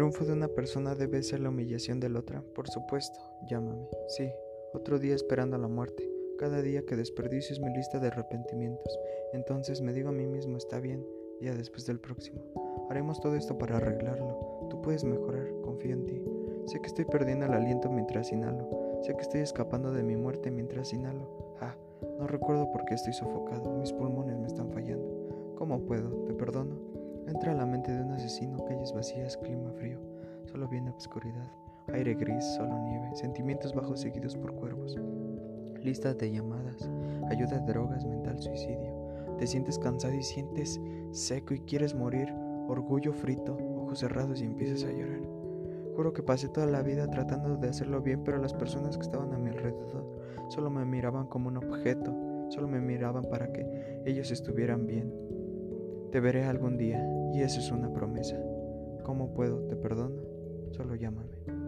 triunfo de una persona debe ser la humillación de la otra. Por supuesto, llámame. Sí, otro día esperando la muerte. Cada día que desperdicio es mi lista de arrepentimientos. Entonces me digo a mí mismo, está bien, día después del próximo. Haremos todo esto para arreglarlo. Tú puedes mejorar, confío en ti. Sé que estoy perdiendo el aliento mientras inhalo. Sé que estoy escapando de mi muerte mientras inhalo. No recuerdo por qué estoy sofocado. Mis pulmones me están fallando. ¿Cómo puedo? ¿Te perdono? Entra a la mente de un asesino, calles vacías, clima frío. Solo viene obscuridad, aire gris, solo nieve, sentimientos bajos seguidos por cuervos. Listas de llamadas, ayuda de drogas, mental suicidio. Te sientes cansado y sientes seco y quieres morir. Orgullo frito, ojos cerrados y empiezas a llorar. Juro que pasé toda la vida tratando de hacerlo bien, pero las personas que estaban a mi alrededor solo me miraban como un objeto, solo me miraban para que ellos estuvieran bien. Te veré algún día, y eso es una promesa. ¿Cómo puedo? ¿Te perdono? Solo llámame.